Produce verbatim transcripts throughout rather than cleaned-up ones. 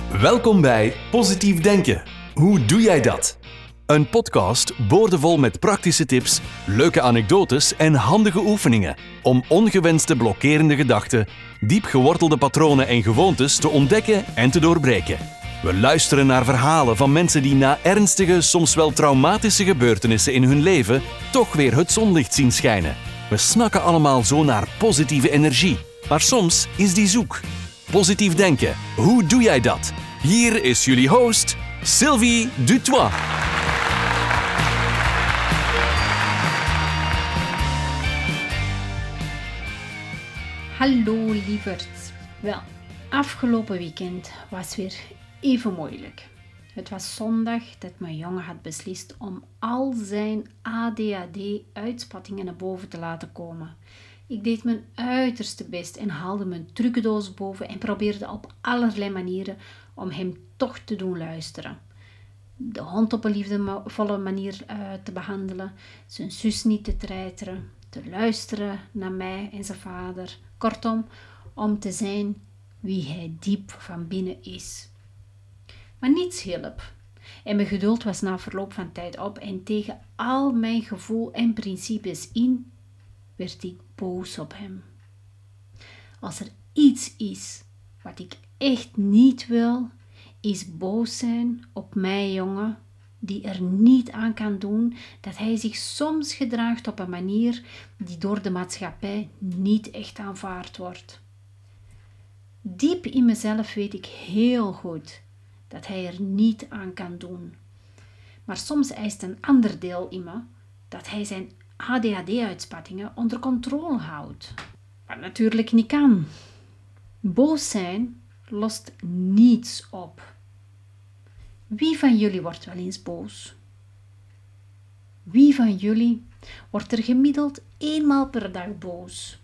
Welkom bij Positief Denken. Hoe doe jij dat? Een podcast boordevol met praktische tips, leuke anekdotes en handige oefeningen om ongewenste blokkerende gedachten, diep gewortelde patronen en gewoontes te ontdekken en te doorbreken. We luisteren naar verhalen van mensen die na ernstige, soms wel traumatische gebeurtenissen in hun leven toch weer het zonlicht zien schijnen. We snakken allemaal zo naar positieve energie, maar soms is die zoek. Positief denken, hoe doe jij dat? Hier is jullie host, Sylvie Dutoit. Hallo lieverd. Wel, afgelopen weekend was weer even moeilijk. Het was zondag dat mijn jongen had beslist om al zijn A D H D-uitspattingen naar boven te laten komen. Ik deed mijn uiterste best en haalde mijn trucendoos boven en probeerde op allerlei manieren om hem toch te doen luisteren. De hond op een liefdevolle manier uh, te behandelen, zijn zus niet te treiteren, te luisteren naar mij en zijn vader. Kortom, om te zijn wie hij diep van binnen is. Maar niets hielp. En mijn geduld was na verloop van tijd op en tegen al mijn gevoel en principes in, werd ik boos op hem. Als er iets is wat ik echt niet wil, is boos zijn op mijn jongen, die er niet aan kan doen dat hij zich soms gedraagt op een manier die door de maatschappij niet echt aanvaard wordt. Diep in mezelf weet ik heel goed dat hij er niet aan kan doen. Maar soms eist een ander deel in me dat hij zijn A D H D-uitspattingen onder controle houdt. Wat natuurlijk niet kan. Boos zijn lost niets op. Wie van jullie wordt wel eens boos? Wie van jullie wordt er gemiddeld eenmaal per dag boos?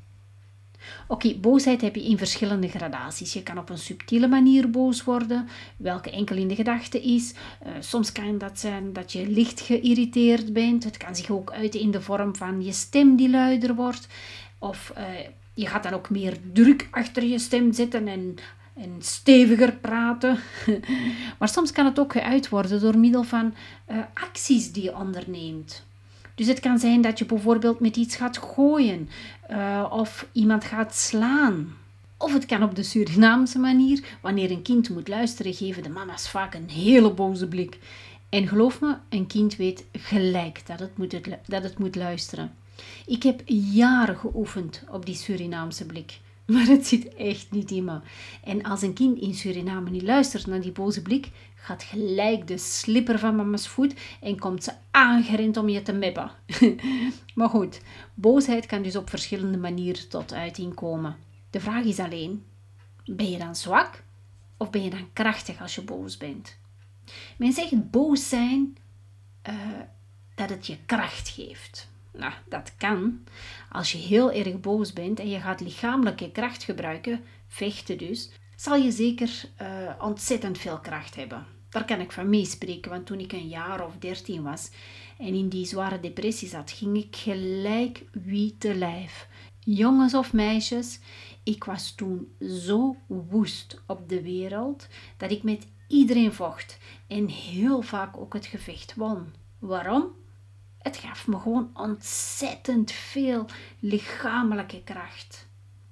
Oké, okay, boosheid heb je in verschillende gradaties. Je kan op een subtiele manier boos worden, welke enkel in de gedachte is. Uh, soms kan dat zijn dat je licht geïrriteerd bent. Het kan zich ook uiten in de vorm van je stem die luider wordt. Of uh, je gaat dan ook meer druk achter je stem zetten en, en steviger praten. Maar soms kan het ook geuit worden door middel van uh, acties die je onderneemt. Dus het kan zijn dat je bijvoorbeeld met iets gaat gooien uh, of iemand gaat slaan. Of het kan op de Surinaamse manier. Wanneer een kind moet luisteren, geven de mama's vaak een hele boze blik. En geloof me, een kind weet gelijk dat het moet, dat het moet luisteren. Ik heb jaren geoefend op die Surinaamse blik. Maar het zit echt niet in me. En als een kind in Suriname niet luistert naar die boze blik, gaat gelijk de slipper van mama's voet en komt ze aangerend om je te meppen. Maar goed, boosheid kan dus op verschillende manieren tot uiting komen. De vraag is alleen, ben je dan zwak of ben je dan krachtig als je boos bent? Men zegt boos zijn uh, dat het je kracht geeft. Nou, dat kan. Als je heel erg boos bent en je gaat lichamelijke kracht gebruiken, vechten dus, zal je zeker uh, ontzettend veel kracht hebben. Daar kan ik van meespreken, want toen ik een jaar of dertien was en in die zware depressie zat, ging ik gelijk wie te lijf. Jongens of meisjes, ik was toen zo woest op de wereld dat ik met iedereen vocht en heel vaak ook het gevecht won. Waarom? Het gaf me gewoon ontzettend veel lichamelijke kracht.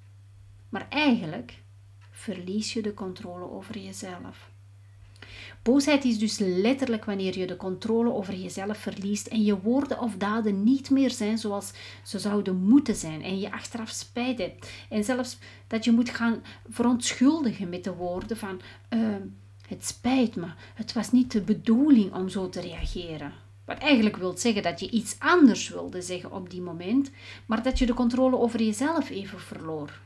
Maar eigenlijk verlies je de controle over jezelf. Boosheid is dus letterlijk wanneer je de controle over jezelf verliest en je woorden of daden niet meer zijn zoals ze zouden moeten zijn en je achteraf spijt hebt. En zelfs dat je moet gaan verontschuldigen met de woorden van uh, het spijt me, het was niet de bedoeling om zo te reageren. Wat eigenlijk wil zeggen dat je iets anders wilde zeggen op die moment, maar dat je de controle over jezelf even verloor.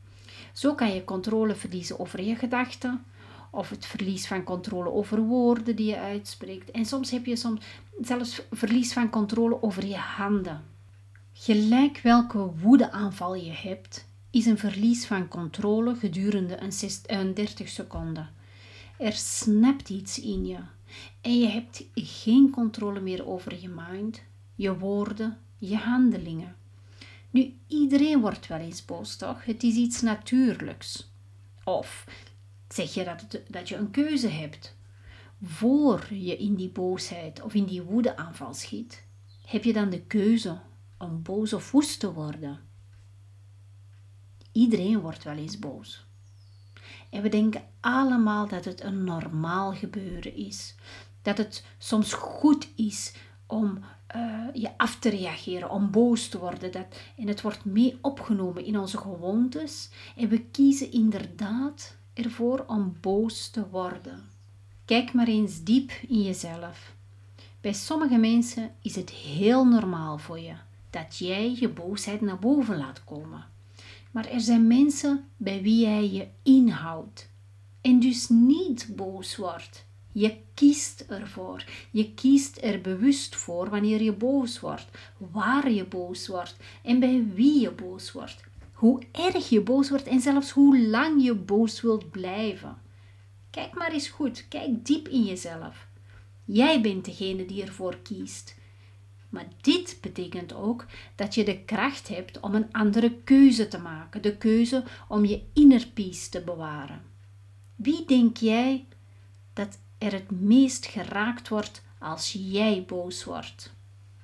Zo kan je controle verliezen over je gedachten, of het verlies van controle over woorden die je uitspreekt. En soms heb je soms zelfs verlies van controle over je handen. Gelijk welke woedeaanval je hebt, is een verlies van controle gedurende een dertig seconden. Er snapt iets in je. En je hebt geen controle meer over je mind, je woorden, je handelingen. Nu, iedereen wordt wel eens boos, toch? Het is iets natuurlijks. Of Zeg je dat, het, dat je een keuze hebt? Voor je in die boosheid of in die woedeaanval schiet, heb je dan de keuze om boos of woest te worden? Iedereen wordt wel eens boos. En we denken allemaal dat het een normaal gebeuren is. Dat het soms goed is om uh, je af te reageren, om boos te worden. Dat, en het wordt mee opgenomen in onze gewoontes. En we kiezen inderdaad ervoor om boos te worden. Kijk maar eens diep in jezelf. Bij sommige mensen is het heel normaal voor je dat jij je boosheid naar boven laat komen. Maar er zijn mensen bij wie jij je inhoudt en dus niet boos wordt. Je kiest ervoor. Je kiest er bewust voor wanneer je boos wordt, waar je boos wordt en bij wie je boos wordt. Hoe erg je boos wordt en zelfs hoe lang je boos wilt blijven. Kijk maar eens goed, kijk diep in jezelf. Jij bent degene die ervoor kiest. Maar dit betekent ook dat je de kracht hebt om een andere keuze te maken. De keuze om je inner peace te bewaren. Wie denk jij dat er het meest geraakt wordt als jij boos wordt?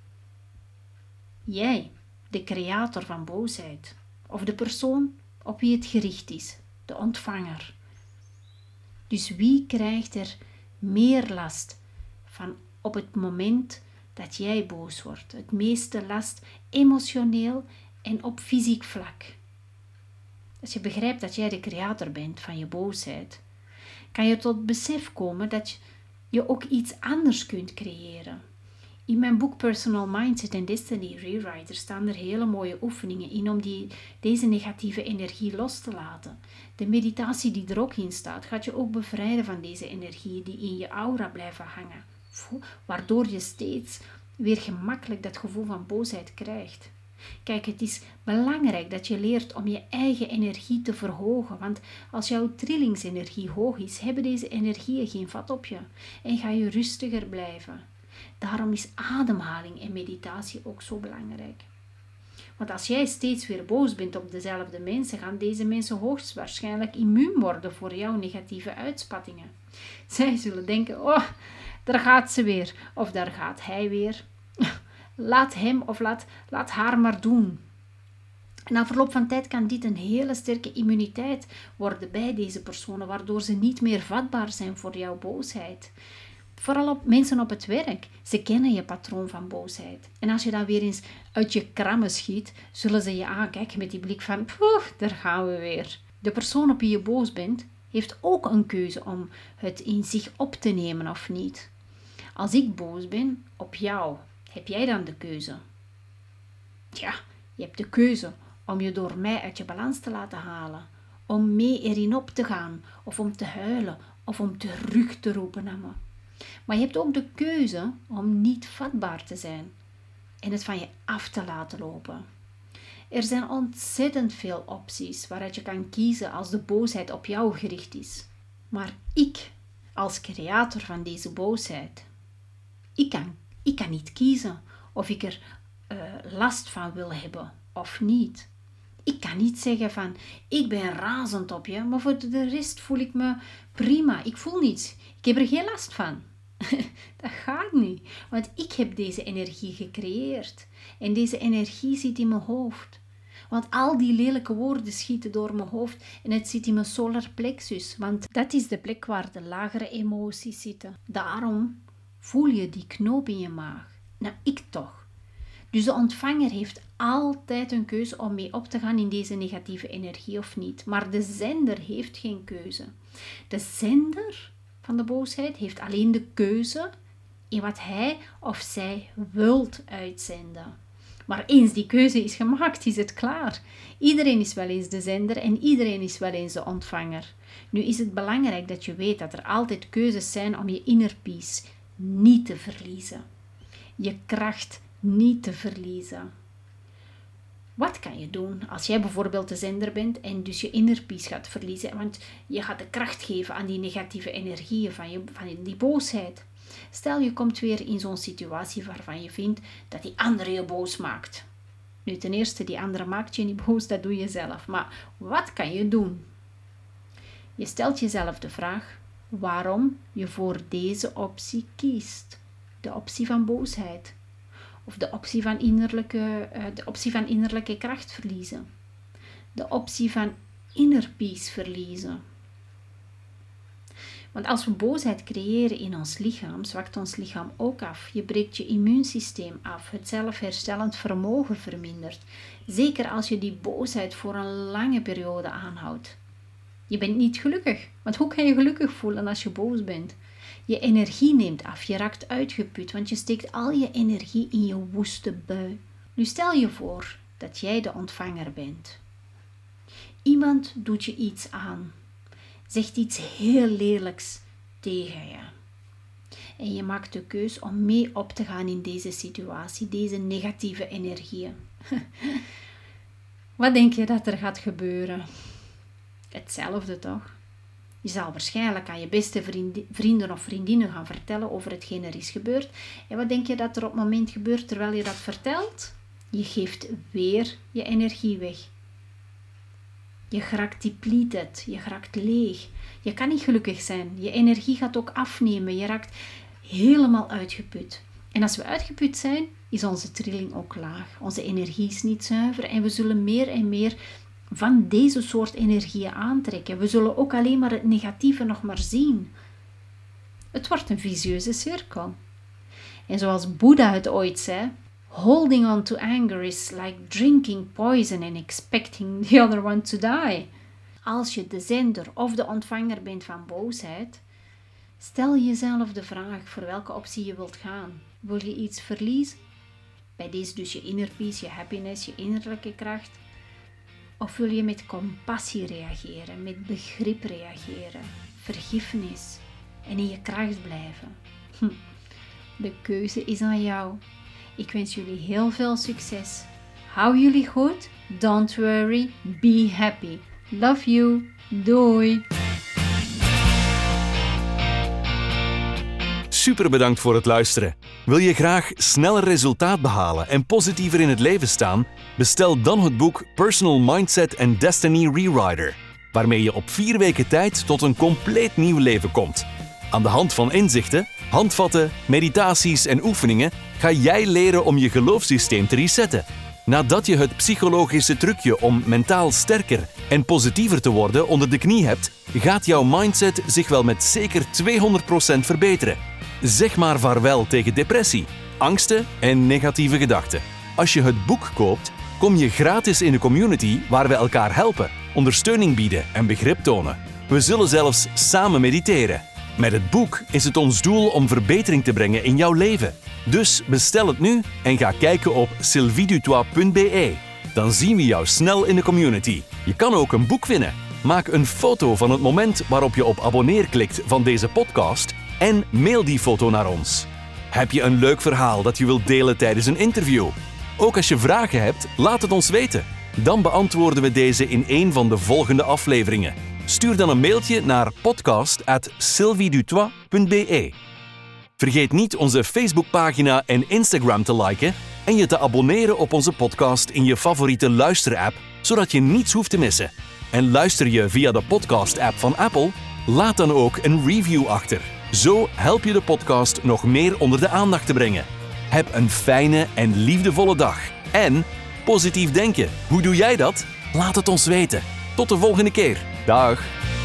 Jij, de creator van boosheid. Of de persoon op wie het gericht is, de ontvanger. Dus wie krijgt er meer last van op het moment dat jij boos wordt? Het meeste last emotioneel en op fysiek vlak. Als je begrijpt dat jij de creator bent van je boosheid, kan je tot besef komen dat je ook iets anders kunt creëren. In mijn boek Personal Mindset and Destiny Rewriter staan er hele mooie oefeningen in om die, deze negatieve energie los te laten. De meditatie die er ook in staat, gaat je ook bevrijden van deze energieën die in je aura blijven hangen. Waardoor je steeds weer gemakkelijk dat gevoel van boosheid krijgt. Kijk, het is belangrijk dat je leert om je eigen energie te verhogen. Want als jouw trillingsenergie hoog is, hebben deze energieën geen vat op je. En ga je rustiger blijven. Daarom is ademhaling en meditatie ook zo belangrijk. Want als jij steeds weer boos bent op dezelfde mensen, gaan deze mensen hoogstwaarschijnlijk immuun worden voor jouw negatieve uitspattingen. Zij zullen denken, oh, daar gaat ze weer, of daar gaat hij weer. Laat hem of laat, laat haar maar doen. Na verloop van tijd kan dit een hele sterke immuniteit worden bij deze personen, waardoor ze niet meer vatbaar zijn voor jouw boosheid. Vooral op mensen op het werk. Ze kennen je patroon van boosheid. En als je dan weer eens uit je krammen schiet, zullen ze je aankijken met die blik van, poeh, daar gaan we weer. De persoon op wie je boos bent, heeft ook een keuze om het in zich op te nemen of niet. Als ik boos ben op jou, heb jij dan de keuze? Ja, je hebt de keuze om je door mij uit je balans te laten halen. Om mee erin op te gaan, of om te huilen, of om terug te roepen naar me. Maar je hebt ook de keuze om niet vatbaar te zijn en het van je af te laten lopen. Er zijn ontzettend veel opties waaruit je kan kiezen als de boosheid op jou gericht is. Maar ik, als creator van deze boosheid, ik kan, ik kan niet kiezen of ik er uh, last van wil hebben of niet. Ik kan niet zeggen van, ik ben razend op je, maar voor de rest voel ik me prima. Ik voel niets. Ik heb er geen last van. Dat gaat niet, want ik heb deze energie gecreëerd. En deze energie zit in mijn hoofd. Want al die lelijke woorden schieten door mijn hoofd en het zit in mijn solar plexus. Want dat is de plek waar de lagere emoties zitten. Daarom voel je die knoop in je maag. Nou, ik toch. Dus de ontvanger heeft altijd een keuze om mee op te gaan in deze negatieve energie of niet. Maar de zender heeft geen keuze. De zender van de boosheid heeft alleen de keuze in wat hij of zij wilt uitzenden. Maar eens die keuze is gemaakt, is het klaar. Iedereen is wel eens de zender en iedereen is wel eens de ontvanger. Nu is het belangrijk dat je weet dat er altijd keuzes zijn om je inner peace niet te verliezen. Je kracht niet te verliezen. Wat kan je doen als jij bijvoorbeeld de zender bent en dus je inner peace gaat verliezen? Want je gaat de kracht geven aan die negatieve energieën van, je, van die boosheid. Stel je komt weer in zo'n situatie waarvan je vindt dat die andere je boos maakt. Nu ten eerste, die andere maakt je niet boos, dat doe je zelf. Maar wat kan je doen? Je stelt jezelf de vraag waarom je voor deze optie kiest. De optie van boosheid. Of de optie van innerlijke, uh, de optie van innerlijke kracht verliezen. De optie van inner peace verliezen. Want als we boosheid creëren in ons lichaam, zwakt ons lichaam ook af. Je breekt je immuunsysteem af. Het zelfherstellend vermogen vermindert. Zeker als je die boosheid voor een lange periode aanhoudt. Je bent niet gelukkig. Want hoe kan je gelukkig voelen als je boos bent? Je energie neemt af. Je raakt uitgeput. Want je steekt al je energie in je woeste bui. Nu stel je voor dat jij de ontvanger bent. Iemand doet je iets aan. Zegt iets heel lelijks tegen je. En je maakt de keus om mee op te gaan in deze situatie, deze negatieve energieën. Wat denk je dat er gaat gebeuren? Hetzelfde toch? Je zal waarschijnlijk aan je beste vrienden of vriendinnen gaan vertellen over hetgeen er is gebeurd. En wat denk je dat er op het moment gebeurt terwijl je dat vertelt? Je geeft weer je energie weg. Je geraakt depleted, je geraakt leeg. Je kan niet gelukkig zijn. Je energie gaat ook afnemen. Je raakt helemaal uitgeput. En als we uitgeput zijn, is onze trilling ook laag. Onze energie is niet zuiver en we zullen meer en meer van deze soort energieën aantrekken. We zullen ook alleen maar het negatieve nog maar zien. Het wordt een vicieuze cirkel. En zoals Boeddha het ooit zei, holding on to anger is like drinking poison and expecting the other one to die. Als je de zender of de ontvanger bent van boosheid, stel jezelf de vraag voor welke optie je wilt gaan. Wil je iets verliezen? Bij deze dus je inner peace, je happiness, je innerlijke kracht. Of wil je met compassie reageren, met begrip reageren, vergiffenis en in je kracht blijven? Hm. De keuze is aan jou. Ik wens jullie heel veel succes. Hou jullie goed. Don't worry. Be happy. Love you. Doei. Super bedankt voor het luisteren. Wil je graag sneller resultaat behalen en positiever in het leven staan? Bestel dan het boek Personal Mindset and Destiny Rewriter, waarmee je op vier weken tijd tot een compleet nieuw leven komt. Aan de hand van inzichten, handvatten, meditaties en oefeningen ga jij leren om je geloofssysteem te resetten. Nadat je het psychologische trucje om mentaal sterker en positiever te worden onder de knie hebt, gaat jouw mindset zich wel met zeker tweehonderd procent verbeteren. Zeg maar vaarwel tegen depressie, angsten en negatieve gedachten. Als je het boek koopt, kom je gratis in de community waar we elkaar helpen, ondersteuning bieden en begrip tonen. We zullen zelfs samen mediteren. Met het boek is het ons doel om verbetering te brengen in jouw leven. Dus bestel het nu en ga kijken op sylvie dutoit punt b e. Dan zien we jou snel in de community. Je kan ook een boek winnen. Maak een foto van het moment waarop je op abonneer klikt van deze podcast en mail die foto naar ons. Heb je een leuk verhaal dat je wilt delen tijdens een interview? Ook als je vragen hebt, laat het ons weten. Dan beantwoorden we deze in een van de volgende afleveringen. Stuur dan een mailtje naar podcast at sylvie dutoit punt b e. Vergeet niet onze Facebookpagina en Instagram te liken en je te abonneren op onze podcast in je favoriete luisterapp, zodat je niets hoeft te missen. En luister je via de podcast-app van Apple? Laat dan ook een review achter. Zo help je de podcast nog meer onder de aandacht te brengen. Heb een fijne en liefdevolle dag. En positief denken. Hoe doe jij dat? Laat het ons weten. Tot de volgende keer. Dag.